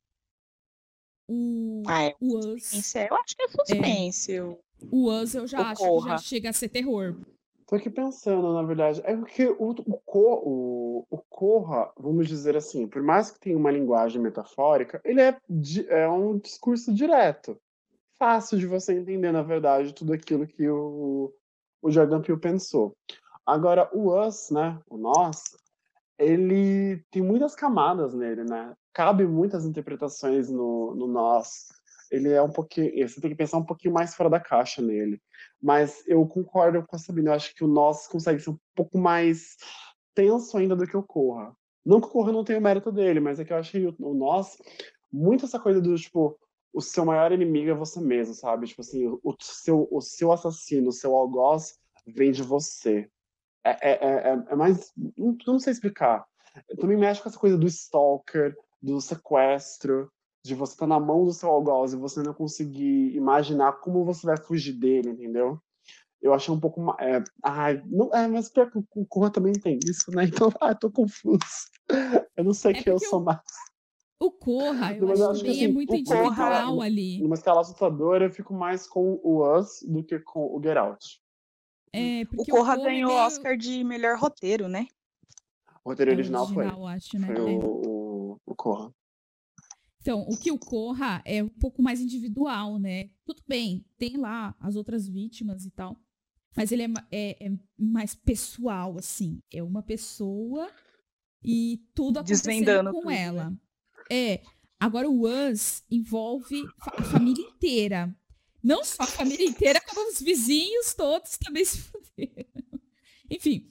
C: O
B: Ah, é
C: o Us
B: suspense, é, eu acho que é
C: é,
B: suspense o
C: o Us eu
B: o
C: já acho que já
B: Corra.
C: chega a ser terror.
D: Tô aqui pensando, na verdade, é porque o o Co o o Corra, vamos dizer assim, por mais que tenha uma linguagem metafórica, ele é di é um discurso direto, fácil de você entender, na verdade, tudo aquilo que o o Jordan Peele pensou. Agora o Us, né, o Nós, ele tem muitas camadas nele, né, cabe muitas interpretações no no Nós. Ele é um pouquinho você tem que pensar um pouquinho mais fora da caixa nele. Mas eu concordo com a Sabina, eu acho que o Nós consegue ser um pouco mais tenso ainda do que o Corra. Não que o Corra não tenha o mérito dele, mas é que eu achei o o Nós muito essa coisa do tipo, o seu maior inimigo é você mesmo, sabe? Tipo assim, o seu, o seu assassino, o seu algoz vem de você. É, é, é, é- é mais. Não, não sei explicar. Também mexe com essa coisa do stalker, do sequestro, de você estar na mão do seu algoz e você não conseguir imaginar como você vai fugir dele, entendeu? Eu achei um pouco. ma- É, ai, não, é, mas pior que o Corra também tem isso, né? Então, ah, tô confuso. Eu não sei
C: É
D: quem eu
C: porque
D: sou
C: o,
D: mais.
C: o Corra, eu
D: Não, mas
C: acho
D: eu
C: que
D: acho que
C: também é
D: assim,
C: muito
D: o Corra,
C: individual
D: numa,
C: ali.
D: numa escala assustadora, eu fico mais com o Us do que com o Get Out.
C: É,
B: O
C: porque o
B: Corra
C: Corra é
B: ganhou o
C: meio.
B: Oscar de melhor roteiro, né?
D: O roteiro
C: É o
D: original foi.
C: original, acho, né?
D: Foi
C: É.
D: o, o, o Corra.
C: Então, o que o Corra é um pouco mais individual, né? Tudo bem, tem lá as outras vítimas e tal, mas ele é, ma- é- é mais pessoal, assim. É uma pessoa e tudo acontecendo
B: Desvendando
C: com
B: tudo, né?
C: ela. É. Agora, o Us envolve fa- a família inteira. Não só a família inteira, como os vizinhos todos também se fuderam. Enfim,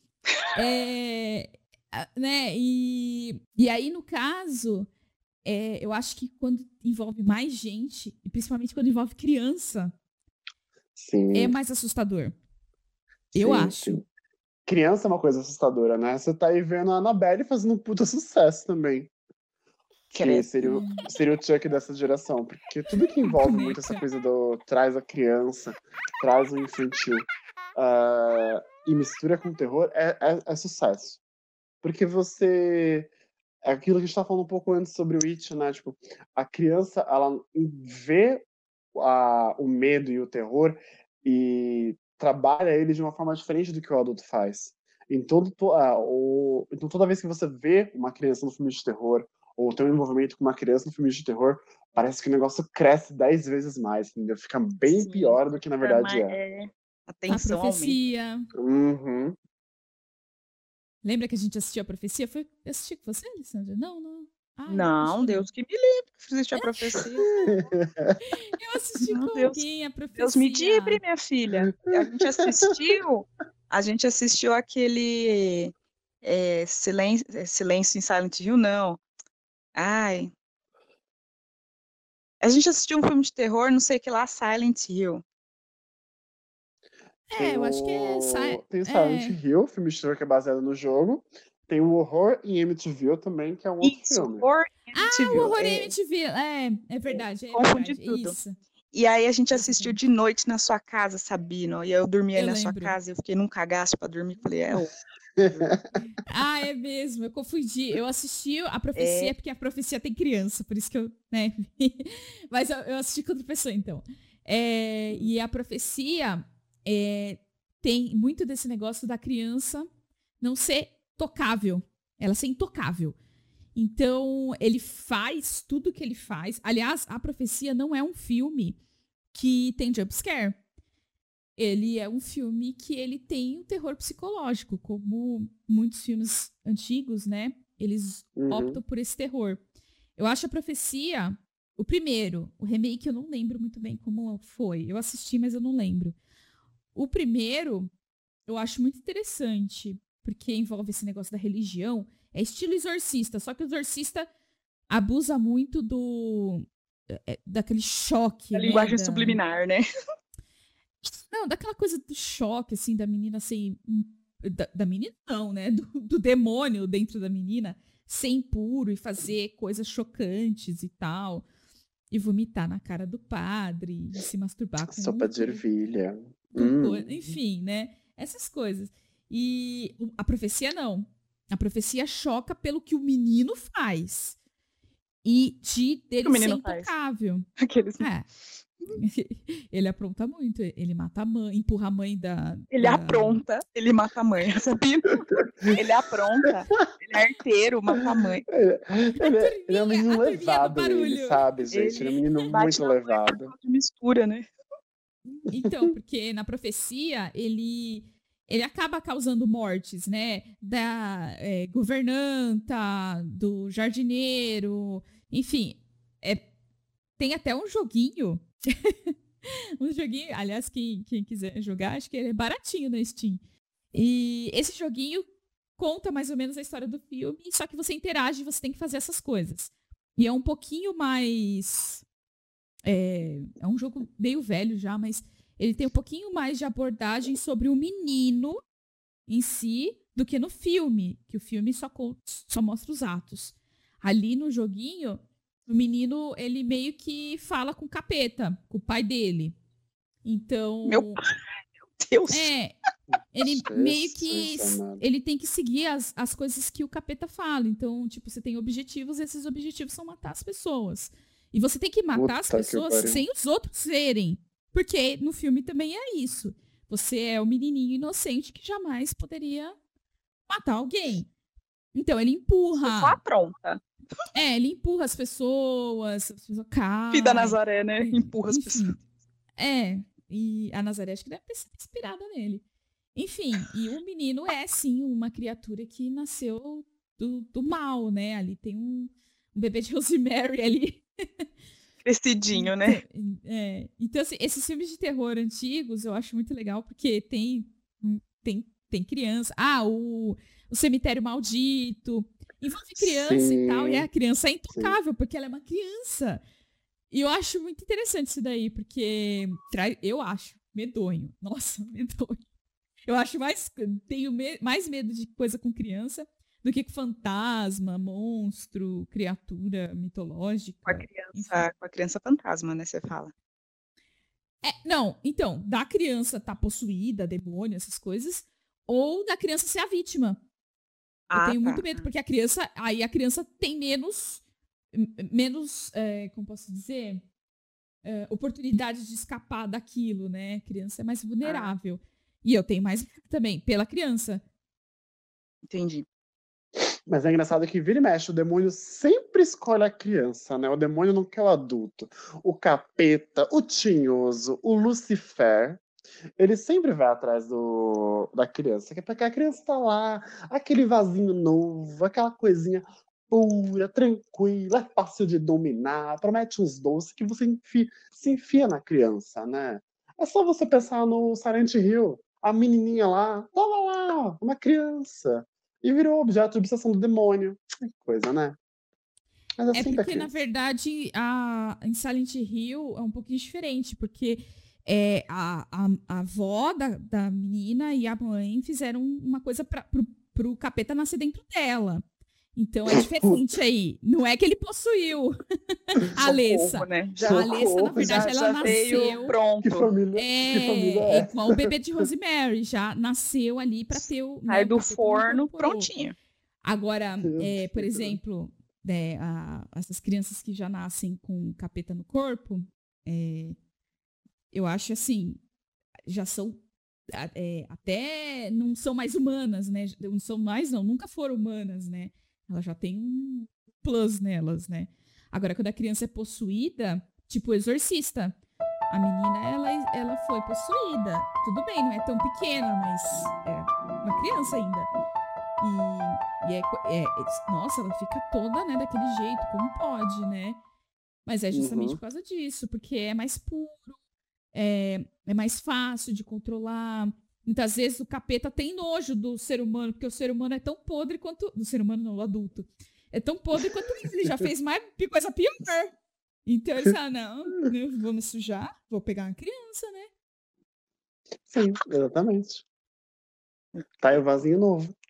C: é, a- né? E, e aí, no caso, é, eu acho que quando envolve mais gente, e principalmente quando envolve criança,
D: Sim,
C: é mais assustador. Eu
D: sim,
C: acho.
D: sim. Criança é uma coisa assustadora, né? Você tá aí vendo a Annabelle fazendo um puta sucesso também. Que
B: Credo.
D: seria, o- seria o Chuck dessa geração. Porque tudo que envolve muito essa
C: Boneca.
D: coisa do traz a criança, traz o infantil ah, e mistura com terror é, é, é sucesso. Porque você. É aquilo que a gente tava falando um pouco antes sobre o It, né? Tipo, a criança, ela vê a- o medo e o terror e trabalha ele de uma forma diferente do que o adulto faz. Em todo, to- ah, o- então, toda vez que você vê uma criança no filme de terror, ou tem um envolvimento com uma criança no filme de terror, parece que o negócio cresce dez vezes mais, entendeu? Fica bem
B: Sim,
D: pior do que na
B: fica
D: verdade
B: mais-
D: é.
B: é, a
C: A
B: tensão aumenta.
C: profecia.
D: Uhum.
C: Lembra que a gente assistiu a profecia? Foi eu assisti com você, Alessandra? Não, não. Ai, acho
B: Não,
C: que
B: Deus que me livre que existe a profecia.
C: Eu assisti
B: Meu
C: com
B: Deus.
C: alguém a profecia.
B: Deus me livre, minha filha. A gente assistiu, a gente assistiu aquele é, Silêncio, é, Silêncio em Silent Hill, não. Ai. A gente assistiu um filme de terror, não sei o que lá, Silent Hill.
C: É,
D: Tem
C: eu acho que é.
D: o,
C: Sa-
D: tem o Silent
C: é.
D: Hill, filme de terror que é baseado no jogo. Tem o Horror em Amityville também, que é um outro
B: Isso,
D: filme.
B: horror em
C: Ah, o
B: Amityville.
C: horror em
B: É,
C: Amityville. É, é verdade, é
B: confundi
C: verdade.
B: tudo.
C: Isso.
B: E aí a gente assistiu
C: Exatamente.
B: de noite na sua casa, Sabino. E eu dormi aí
C: Eu
B: na sua
C: lembro.
B: casa, eu fiquei num cagaço pra dormir. Falei, é, ô.
C: Ah, é mesmo, eu confundi. Eu assisti a profecia
B: É.
C: porque a profecia tem criança, por isso que eu, né? vi. Mas eu, eu assisti com outra pessoa, então. É, e a profecia é, tem muito desse negócio da criança não ser tocável, ela ser intocável. Então, ele faz tudo que ele faz. Aliás, a profecia não é um filme que tem jumpscare. Ele é um filme que ele tem um terror psicológico, como muitos filmes antigos, né? Eles
D: Uhum.
C: optam por esse terror. Eu acho a profecia, o primeiro, o remake eu não lembro muito bem como foi. Eu assisti, mas eu não lembro. O primeiro, eu acho muito interessante, porque envolve esse negócio da religião. É estilo exorcista, só que o exorcista abusa muito do... é, daquele choque,
B: A
C: né,
B: linguagem
C: da-
B: subliminar, né?
C: Não, daquela coisa do choque, assim, da menina sem... Da, da menina não, né? Do, do demônio dentro da menina ser impuro e fazer coisas chocantes e tal. E vomitar na cara do padre, e se masturbar com
D: Sopa
C: o-
D: de ervilha.
C: com
D: Hum.
C: co- enfim, né? Essas coisas. E o- a profecia não. A profecia choca pelo que o menino faz. E de dele
B: o menino
C: ser
B: faz?
C: intocável.
B: Aqueles...
C: É. Ele apronta muito. Ele mata a mãe, empurra a mãe da.
B: Ele
C: da-
B: apronta, ele mata a mãe, Sabino. Ele apronta, ele é arteiro, mata a mãe.
D: Ele, ele é- ele é um
C: turminha-
D: menino
C: a turminha do
D: levado, ele,
C: barulho.
D: sabe, gente? Ele é um menino
B: bate
D: muito
B: na mãe
D: levado.
B: por causa de mistura, né?
C: Então, porque na profecia ele ele acaba causando mortes, né? Da é, governanta, do jardineiro, enfim, é, tem até um joguinho, um joguinho, aliás, quem, quem quiser jogar, acho que ele é baratinho na Steam. E esse joguinho conta mais ou menos a história do filme, só que você interage, você tem que fazer essas coisas. E é um pouquinho mais É, é um jogo meio velho já, mas ele tem um pouquinho mais de abordagem sobre o menino em si do que no filme, que o filme só, só mostra os atos. Ali no joguinho, o menino, ele meio que fala com o capeta, com o pai dele. Então...
B: Meu pai, meu Deus!
C: É, ele
D: Jesus
C: meio que...
D: amado.
C: Ele tem que seguir as, as coisas que o capeta fala. Então, tipo, você tem objetivos e esses objetivos são matar as pessoas. E você tem que matar
D: Puta
C: as
D: que
C: pessoas
D: pariu.
C: sem os outros verem. Porque no filme também é isso. Você é o menininho inocente que jamais poderia matar alguém. Então, ele
B: Você
C: empurra.
B: só apronta.
C: É, ele empurra as pessoas, as pessoas caem.
B: Filha da Nazaré, né? Empurra as
C: Enfim.
B: pessoas.
C: É, e a Nazaré acho que deve ter sido inspirada nele. Enfim, e o menino é, sim, uma criatura que nasceu do, do mal, né? Ali tem um, um bebê de Rosemary ali.
B: Crescidinho, né?
C: É, então, assim, esses filmes de terror antigos eu acho muito legal, porque tem, tem, tem criança. Ah, o, o Cemitério Maldito. Envolve criança
D: Sim,
C: e tal, e a criança é intocável, porque ela é uma criança. E eu acho muito interessante isso daí, porque trai- eu acho medonho. Nossa, medonho. Eu acho mais. Tenho me- mais medo de coisa com criança do que com fantasma, monstro, criatura mitológica.
B: Com a criança, com a criança fantasma, né? Você fala.
C: É, não, então, da criança tá possuída, demônio, essas coisas, ou da criança ser a vítima. Eu
B: Ah,
C: tenho
B: tá.
C: muito medo, porque a criança. Aí a criança tem menos. m- Menos. é, como posso dizer? É, oportunidade de escapar daquilo, né? A criança é mais vulnerável. E eu tenho mais medo também, pela criança.
B: Entendi.
D: Mas é engraçado que vira e mexe, o demônio sempre escolhe a criança, né? O demônio não quer o adulto. O capeta, o tinhoso, o Lucifer, ele sempre vai atrás do, da criança. que é Porque a criança tá lá, aquele vasinho novo, aquela coisinha pura, tranquila, é fácil de dominar, promete uns doces que você enfia, se enfia na criança, né? É só você pensar no Silent Hill, a menininha lá, tava lá, uma criança. E virou objeto de obsessão do demônio. Que coisa, né? Mas é
C: É
D: sempre a
C: porque, na
D: criança.
C: verdade, a, em Silent Hill é um pouquinho diferente, porque é, a, a, a avó da, da menina e a mãe fizeram uma coisa pra, pro, pro capeta nascer dentro dela. Então é diferente aí. Não é que ele possuiu a Alessa.
B: Socorro, né?
C: Já a Alessa, na
D: Socorro,
C: verdade,
B: Já,
C: ela
B: já veio
C: nasceu.
D: Que
B: pronto.
D: família, que família
C: É,
D: é
C: é igual o bebê de Rosemary, já nasceu ali para ter o. né,
B: Sai
C: o
B: do
C: capeta não
B: forno,
C: incorporou.
B: prontinho.
C: Agora,
D: Meu
C: é, por
D: Deus.
C: exemplo, né, a- essas crianças que já nascem com capeta no corpo, é, eu acho assim, já são a- é, até não são mais humanas, né? Não são mais, não, nunca foram humanas, né? Elas já têm um plus nelas, né? Agora, quando a criança é possuída, tipo o exorcista, a menina, ela, ela foi possuída. Tudo bem, não é tão pequena, mas é uma criança ainda. E, e é, co- é- é- nossa, ela fica toda, né, daquele jeito, como pode, né? Mas é justamente
D: Uhum.
C: por causa disso, porque é mais puro, é, é mais fácil de controlar. Muitas vezes o capeta tem nojo do ser humano, porque o ser humano é tão podre quanto. Do ser humano, não, o adulto. É tão podre quanto ele. Ele já fez mais coisa pior. Então ele fala: não, não vou me sujar, vou pegar uma criança, né?
D: Sim, exatamente. Tá aí o vasinho novo.